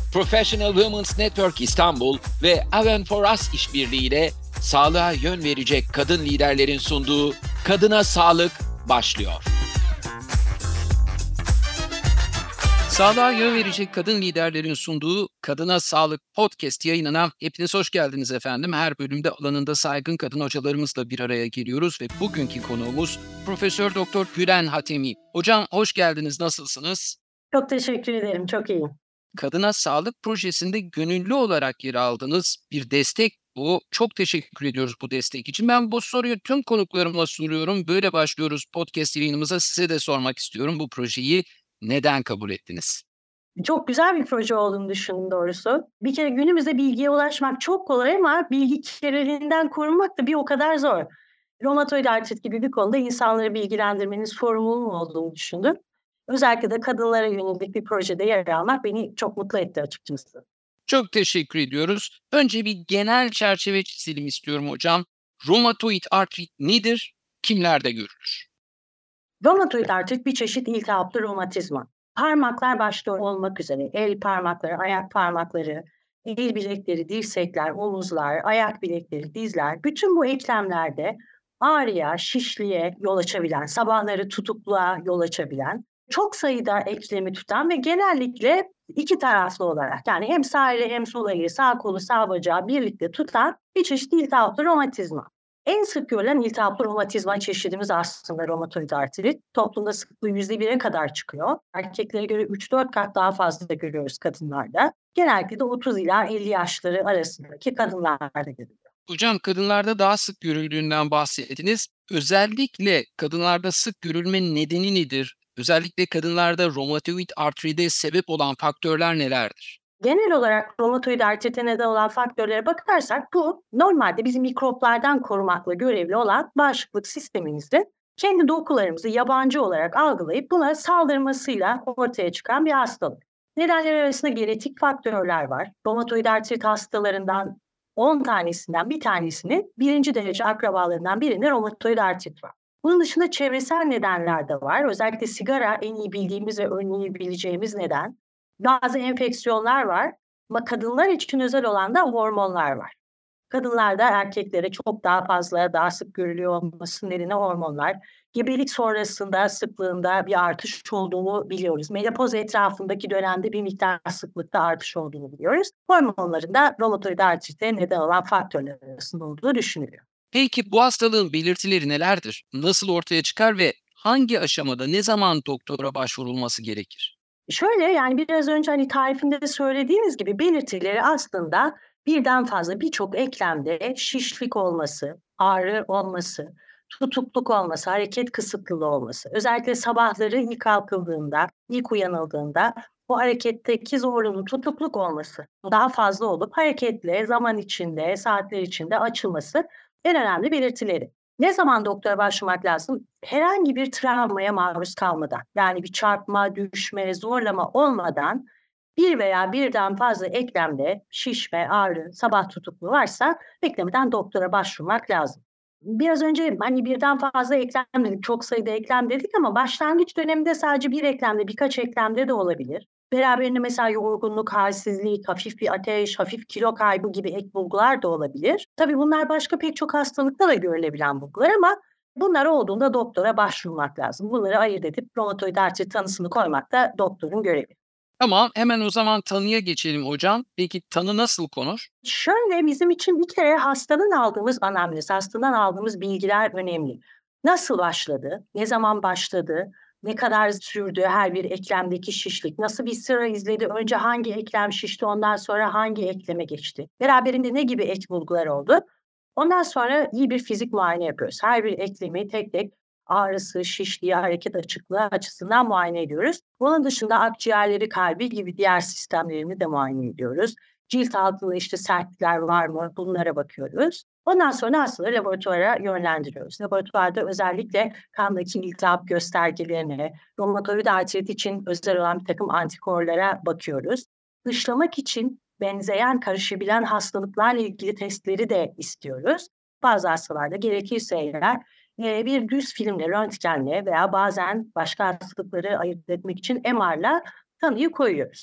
Professional Women's Network İstanbul ve Aven for Us işbirliğiyle sağlığa yön verecek kadın liderlerin sunduğu Kadına Sağlık başlıyor. Sağlığa yön verecek kadın liderlerin sunduğu Kadına Sağlık podcast yayınına hepiniz hoş geldiniz efendim. Her bölümde alanında saygın kadın hocalarımızla bir araya geliyoruz ve bugünkü konuğumuz Profesör Doktor Gülen Hatemi. Hocam hoş geldiniz, nasılsınız? Çok teşekkür ederim, çok iyiyim. Kadına Sağlık Projesi'nde gönüllü olarak yer aldığınız bir destek bu. Çok teşekkür ediyoruz bu destek için. Ben bu soruyu tüm konuklarıma soruyorum. Böyle başlıyoruz podcast yayınımıza. Size de sormak istiyorum. Bu projeyi neden kabul ettiniz? Çok güzel bir proje olduğunu düşündüm doğrusu. Bir kere günümüzde bilgiye ulaşmak çok kolay ama bilgi kirliliğinden korunmak da bir o kadar zor. Romatoid artrit gibi bir konuda insanları bilgilendirmenin sorumluluğum olduğunu düşündüm. Özellikle de kadınlara yönelik bir projede yer almak beni çok mutlu etti açıkçası. Çok teşekkür ediyoruz. Önce bir genel çerçeve çizelim istiyorum hocam. Romatoid artrit nedir? Kimlerde görülür? Romatoid artrit bir çeşit iltihaplı romatizma. Parmaklar başta olmak üzere el parmakları, ayak parmakları, el bilekleri, dirsekler, omuzlar, ayak bilekleri, dizler, bütün bu eklemlerde ağrıya, şişliğe yol açabilen, sabahları tutukluğa yol açabilen, çok sayıda eklemi tutan ve genellikle iki taraflı olarak, yani hem sağ eli hem sol eli, sağ kolu, sağ bacağı birlikte tutan bir çeşit iltihaplı romatizma. En sık görülen iltihaplı romatizma çeşidimiz aslında romatoid artrit. Toplumda sıklığı %1'e kadar çıkıyor. Erkeklere göre 3-4 kat daha fazla görüyoruz kadınlarda. Genellikle de 30 ila 50 yaşları arasındaki kadınlarda görülüyor. Hocam kadınlarda daha sık görüldüğünden bahsettiniz. Özellikle kadınlarda sık görülme nedeni nedir? Özellikle kadınlarda romatoid artrite sebep olan faktörler nelerdir? Genel olarak romatoid artrite neden olan faktörlere bakarsak bu normalde bizi mikroplardan korumakla görevli olan bağışıklık sistemimizde kendi dokularımızı yabancı olarak algılayıp buna saldırmasıyla ortaya çıkan bir hastalık. Nedenler arasında genetik faktörler var. Romatoid artrit hastalarından 10 tanesinden bir tanesinin birinci derece akrabalarından birinde romatoid artrit var. Bunun dışında çevresel nedenler de var. Özellikle sigara en iyi bildiğimiz ve önleyebileceğimiz neden. Bazı enfeksiyonlar var ama kadınlar için özel olan da hormonlar var. Kadınlarda erkeklere çok daha fazla, daha sık görülüyor olmasının nedeni hormonlar. Gebelik sonrasında sıklığında bir artış olduğunu biliyoruz. Menopoz etrafındaki dönemde bir miktar sıklıkta artış olduğunu biliyoruz. Hormonların da romatoid artrite neden olan faktörler arasında olduğu düşünülüyor. Peki bu hastalığın belirtileri nelerdir? Nasıl ortaya çıkar ve hangi aşamada ne zaman doktora başvurulması gerekir? Şöyle, yani biraz önce tarifinde de söylediğimiz gibi belirtileri aslında birden fazla birçok eklemde şişlik olması, ağrı olması, tutukluk olması, hareket kısıtlılığı olması. Özellikle sabahları ilk kalkıldığında, ilk uyanıldığında bu hareketteki zorunlu tutukluk olması daha fazla olup hareketle zaman içinde, saatler içinde açılması en önemli belirtileri. Ne zaman doktora başvurmak lazım? Herhangi bir travmaya maruz kalmadan, yani bir çarpma, düşme, zorlama olmadan bir veya birden fazla eklemde şişme, ağrı, sabah tutukluğu varsa beklemeden doktora başvurmak lazım. Biraz önce birden fazla eklem dedik, çok sayıda eklem dedik ama başlangıç döneminde sadece bir eklemde, birkaç eklemde de olabilir. Beraberinde mesela yorgunluk, halsizlik, hafif bir ateş, hafif kilo kaybı gibi ek bulgular da olabilir. Tabii bunlar başka pek çok hastalıkta da görülebilen bulgular ama bunlar olduğunda doktora başvurmak lazım. Bunları ayırt edip romatoid artrit tanısını koymak da doktorun görevi. Tamam, hemen o zaman tanıya geçelim hocam. Peki tanı nasıl konur? Şöyle, bizim için bir kere hastadan aldığımız anamnez, hastadan aldığımız bilgiler önemli. Nasıl başladı, ne zaman başladı, ne kadar sürdü her bir eklemdeki şişlik, nasıl bir sıra izledi, önce hangi eklem şişti, ondan sonra hangi ekleme geçti, beraberinde ne gibi ek bulgular oldu. Ondan sonra iyi bir fizik muayene yapıyoruz. Her bir eklemi tek tek ağrısı, şişliği, hareket açıklığı açısından muayene ediyoruz. Bunun dışında akciğerleri, kalbi gibi diğer sistemlerini de muayene ediyoruz. Cilt altında sertlikler var mı? Bunlara bakıyoruz. Ondan sonra hastaları laboratuvara yönlendiriyoruz. Laboratuvarda özellikle kandaki iltihap göstergelerine, romatoid artrit için özel olan bir takım antikorlara bakıyoruz. Dışlamak için benzeyen, karışabilen hastalıklarla ilgili testleri de istiyoruz. Bazı hastalarda gerekirse eğer bir düz filmle, röntgenle veya bazen başka hastalıkları ayırt etmek için MR'la tanıyı koyuyoruz.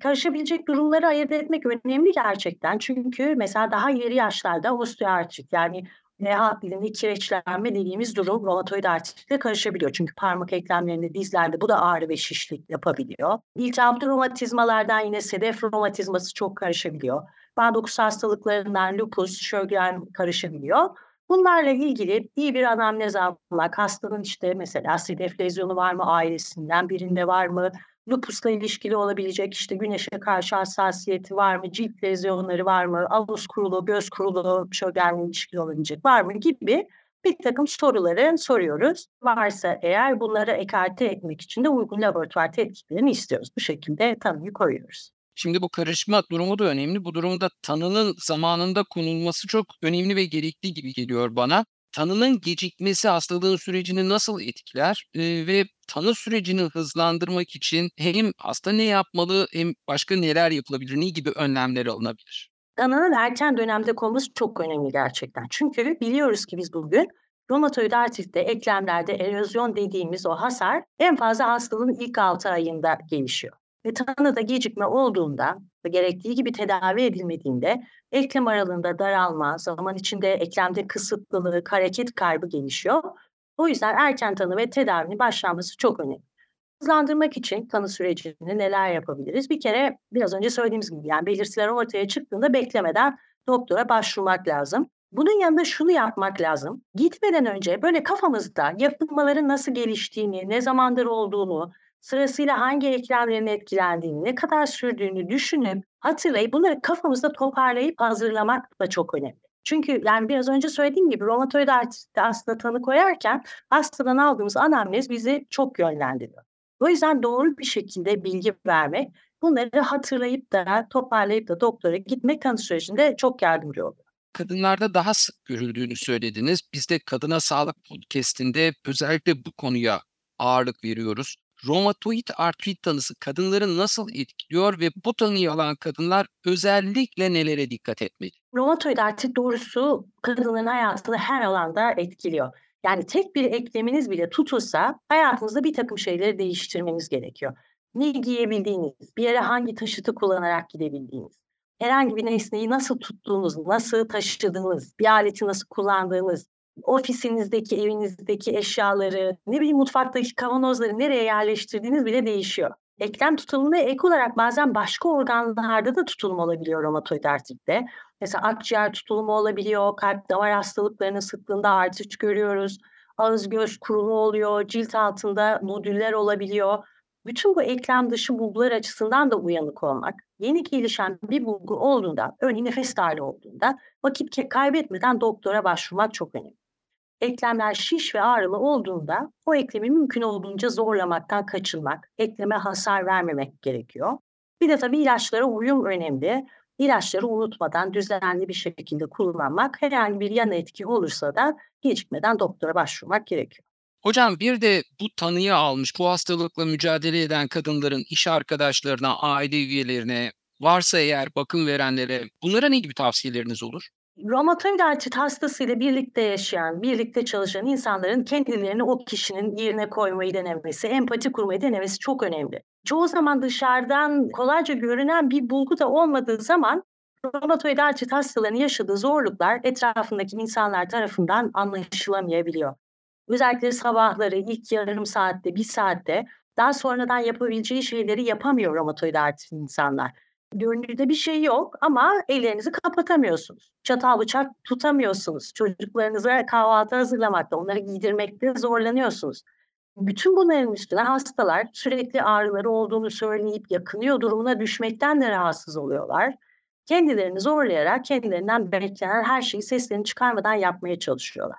Karışabilecek durumları ayırt etmek önemli gerçekten. Çünkü mesela daha ileri yaşlarda osteoartrit yani halk dilinde kireçlenme dediğimiz durum romatoid artritle karışabiliyor. Çünkü parmak eklemlerinde, dizlerde bu da ağrı ve şişlik yapabiliyor. İltihaplı romatizmalardan yine sedef romatizması çok karışabiliyor. Bağ dokusu hastalıklarından lupus, Sjögren karışabiliyor. Bunlarla ilgili iyi bir anamnez almak, hastanın işte mesela sedef lezyonu var mı, ailesinden birinde var mı, lupusla ilişkili olabilecek işte güneşe karşı hassasiyeti var mı, cilt lezyonları var mı, avuz kuruluğu, göz kuruluğu, Sjögren'le ilişkili olabilecek var mı gibi bir takım soruları soruyoruz. Varsa eğer bunları ekarte etmek için de uygun laboratuvar tetkiklerini istiyoruz. Bu şekilde tanıyı koyuyoruz. Şimdi bu karışma durumu da önemli. Bu durumda tanının zamanında konulması çok önemli ve gerekli gibi geliyor bana. Tanının gecikmesi hastalığın sürecini nasıl etkiler? Ve tanı sürecini hızlandırmak için hem hasta ne yapmalı hem başka neler yapılabilir? Ne gibi önlemler alınabilir? Tanının erken dönemde konması çok önemli gerçekten. Çünkü biliyoruz ki biz bugün romatoid artritte eklemlerde erozyon dediğimiz o hasar en fazla hastalığın ilk 6 ayında gelişiyor. Ve tanıda gecikme olduğunda ve gerektiği gibi tedavi edilmediğinde eklem aralığında daralma, zaman içinde eklemde kısıtlılık, hareket kaybı gelişiyor. O yüzden erken tanı ve tedavinin başlanması çok önemli. Hızlandırmak için tanı sürecinde neler yapabiliriz? Bir kere biraz önce söylediğimiz gibi yani belirtiler ortaya çıktığında beklemeden doktora başvurmak lazım. Bunun yanında şunu yapmak lazım. Gitmeden önce böyle kafamızda yapılmaların nasıl geliştiğini, ne zamandır olduğunu, sırasıyla hangi eklemlerin etkilendiğini, ne kadar sürdüğünü düşünüp, hatırlayıp bunları kafamızda toparlayıp hazırlamak da çok önemli. Çünkü yani biraz önce söylediğim gibi romatoid artritte aslında tanı koyarken hastadan aldığımız anamnez bizi çok yönlendiriyor. O yüzden doğru bir şekilde bilgi vermek, bunları hatırlayıp da toparlayıp da doktora gitmek tanı sürecinde çok yardımcı oluyor. Kadınlarda daha sık görüldüğünü söylediniz. Biz de Kadına Sağlık Podcast'inde özellikle bu konuya ağırlık veriyoruz. Romatoid artrit tanısı kadınları nasıl etkiliyor ve bu tanıyı alan kadınlar özellikle nelere dikkat etmeli? Romatoid artrit doğrusu kadınların hayatını her alanda etkiliyor. Yani tek bir ekleminiz bile tutulsa hayatınızda bir takım şeyleri değiştirmeniz gerekiyor. Ne giyebildiğiniz, bir yere hangi taşıtı kullanarak gidebildiğiniz, herhangi bir nesneyi nasıl tuttuğunuz, nasıl taşıdığınız, bir aleti nasıl kullandığınız, ofisinizdeki, evinizdeki eşyaları, ne bileyim mutfaktaki kavanozları nereye yerleştirdiğiniz bile değişiyor. Eklem tutulumuna ek olarak bazen başka organlarda da tutulum olabiliyor romatoid artritte. Mesela akciğer tutulumu olabiliyor, kalp damar hastalıklarının sıklığında artış görüyoruz. Ağız göz kurumu oluyor, cilt altında nodüller olabiliyor. Bütün bu eklem dışı bulgular açısından da uyanık olmak, yeni gelişen bir bulgu olduğunda, örneğin nefes darlığı olduğunda vakit kaybetmeden doktora başvurmak çok önemli. Eklemler şiş ve ağrılı olduğunda o eklemi mümkün olduğunca zorlamaktan kaçınmak, ekleme hasar vermemek gerekiyor. Bir de tabii ilaçlara uyum önemli. İlaçları unutmadan düzenli bir şekilde kullanmak, herhangi bir yan etki olursa da gecikmeden doktora başvurmak gerekiyor. Hocam bir de bu tanıyı almış, bu hastalıkla mücadele eden kadınların iş arkadaşlarına, aile üyelerine, varsa eğer bakım verenlere bunlara ne gibi tavsiyeleriniz olur? Romatoid artrit hastasıyla birlikte yaşayan, birlikte çalışan insanların kendilerini o kişinin yerine koymayı denemesi, empati kurmayı denemesi çok önemli. Çoğu zaman dışarıdan kolayca görünen bir bulgu da olmadığı zaman romatoid artrit hastalarının yaşadığı zorluklar etrafındaki insanlar tarafından anlaşılamayabiliyor. Özellikle sabahları ilk yarım saatte, bir saatte daha sonradan yapabileceği şeyleri yapamıyor romatoid artrit insanlar. Gönlünüzde bir şey yok ama ellerinizi kapatamıyorsunuz. Çatal bıçak tutamıyorsunuz. Çocuklarınıza kahvaltı hazırlamakta, onları giydirmekte zorlanıyorsunuz. Bütün bunların üstüne hastalar sürekli ağrıları olduğunu söyleyip yakınıyor durumuna düşmekten de rahatsız oluyorlar. Kendilerini zorlayarak kendilerinden beklenen her şeyi seslerini çıkarmadan yapmaya çalışıyorlar.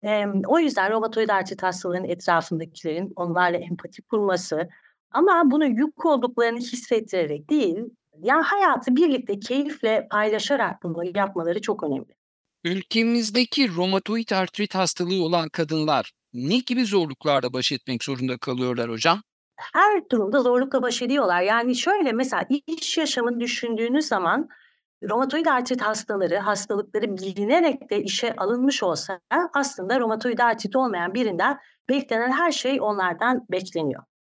O yüzden romatoid artrit hastalarının etrafındakilerin onlarla empati kurması ama bunu yük olduklarını hissettirerek değil, ya, hayatı birlikte keyifle paylaşarak bunu yapmaları çok önemli. Ülkemizdeki romatoid artrit hastalığı olan kadınlar ne gibi zorluklarla baş etmek zorunda kalıyorlar hocam? Her durumda zorlukla baş ediyorlar. Yani, şöyle, mesela iş yaşamını düşündüğünüz zaman romatoid artrit hastalıkları bilinerek de işe alınmış olsa aslında romatoid artrit olmayan birinden beklenen her şey onlardan bekleniyor.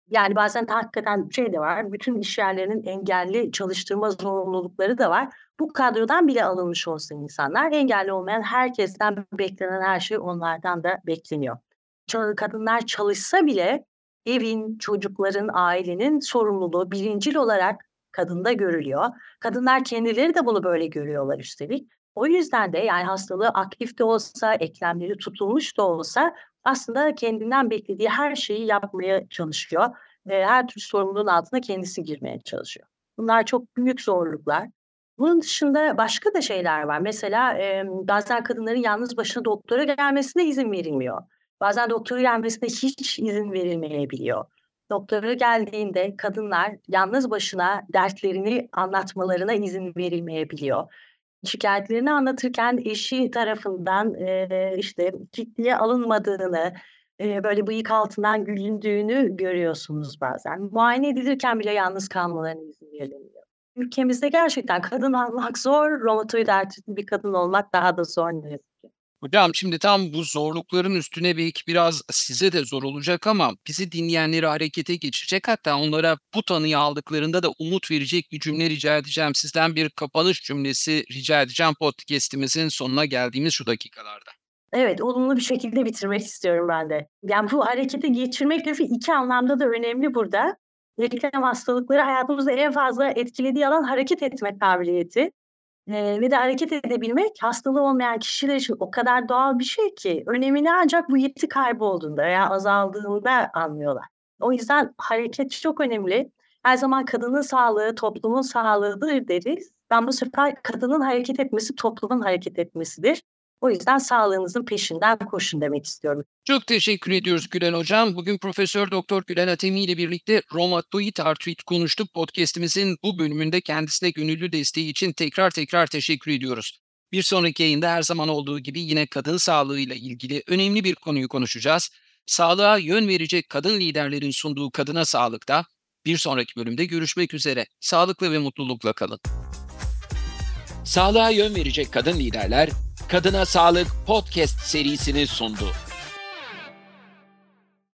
Yani bazen hakikaten şey de var, bütün iş yerlerinin engelli çalıştırma zorunlulukları da var. Bu kadrodan bile alınmış olsa insanlar, engelli olmayan herkesten beklenen her şey onlardan da bekleniyor. Kadınlar çalışsa bile evin, çocukların, ailenin sorumluluğu birincil olarak kadında görülüyor. Kadınlar kendileri de bunu böyle görüyorlar üstelik. O yüzden de yani hastalığı aktif de olsa, eklemleri tutulmuş da olsa aslında kendinden beklediği her şeyi yapmaya çalışıyor ve her türlü sorumluluğun altına kendisi girmeye çalışıyor. Bunlar çok büyük zorluklar. Bunun dışında başka da şeyler var. Mesela, bazen kadınların yalnız başına doktora gelmesine izin verilmiyor. Bazen doktora gelmesine hiç izin verilmeyebiliyor. Doktora geldiğinde kadınlar yalnız başına dertlerini anlatmalarına izin verilmeyebiliyor. Şikâyetlerini anlatırken eşi tarafından, işte, ciddiye alınmadığını, böyle bıyık altından gülündüğünü görüyorsunuz bazen. Muayene edilirken bile yalnız kalmalarına izin verilemiyor. Ülkemizde gerçekten kadın olmak zor, romatoid artritli bir kadın olmak daha da zor ne yazık ki. Hocam şimdi tam bu zorlukların üstüne belki biraz size de zor olacak ama bizi dinleyenleri harekete geçirecek, hatta onlara bu tanıyı aldıklarında da umut verecek bir cümle rica edeceğim. Sizden bir kapanış cümlesi rica edeceğim podcast'imizin sonuna geldiğimiz şu dakikalarda. Evet, olumlu bir şekilde bitirmek istiyorum ben de. Yani, bu harekete geçirmek lafı 2 anlamda da önemli burada. Eklem hastalıkları hayatımızda en fazla etkilediği alan hareket etme kabiliyeti. Ve de hareket edebilmek hastalığı olmayan kişiler için o kadar doğal bir şey ki önemini ancak bu yeti kaybolduğunda veya azaldığında anlıyorlar. O yüzden hareket çok önemli. Her zaman kadının sağlığı toplumun sağlığıdır deriz. Ben bu sefer kadının hareket etmesi toplumun hareket etmesidir. O yüzden sağlığınızın peşinden koşun demek istiyorum. Çok teşekkür ediyoruz Gülen Hocam. Bugün Profesör Doktor Gülen Atemi ile birlikte romatoid artrit konuştuk. Podcast'imizin bu bölümünde kendisine gönüllü desteği için tekrar teşekkür ediyoruz. Bir sonraki yayında her zaman olduğu gibi yine kadın sağlığıyla ilgili önemli bir konuyu konuşacağız. Sağlığa yön verecek kadın liderlerin sunduğu Kadına Sağlık'ta bir sonraki bölümde görüşmek üzere. Sağlıklı ve mutlulukla kalın. Sağlığa yön verecek kadın liderler, Kadına Sağlık podcast serisini sundu.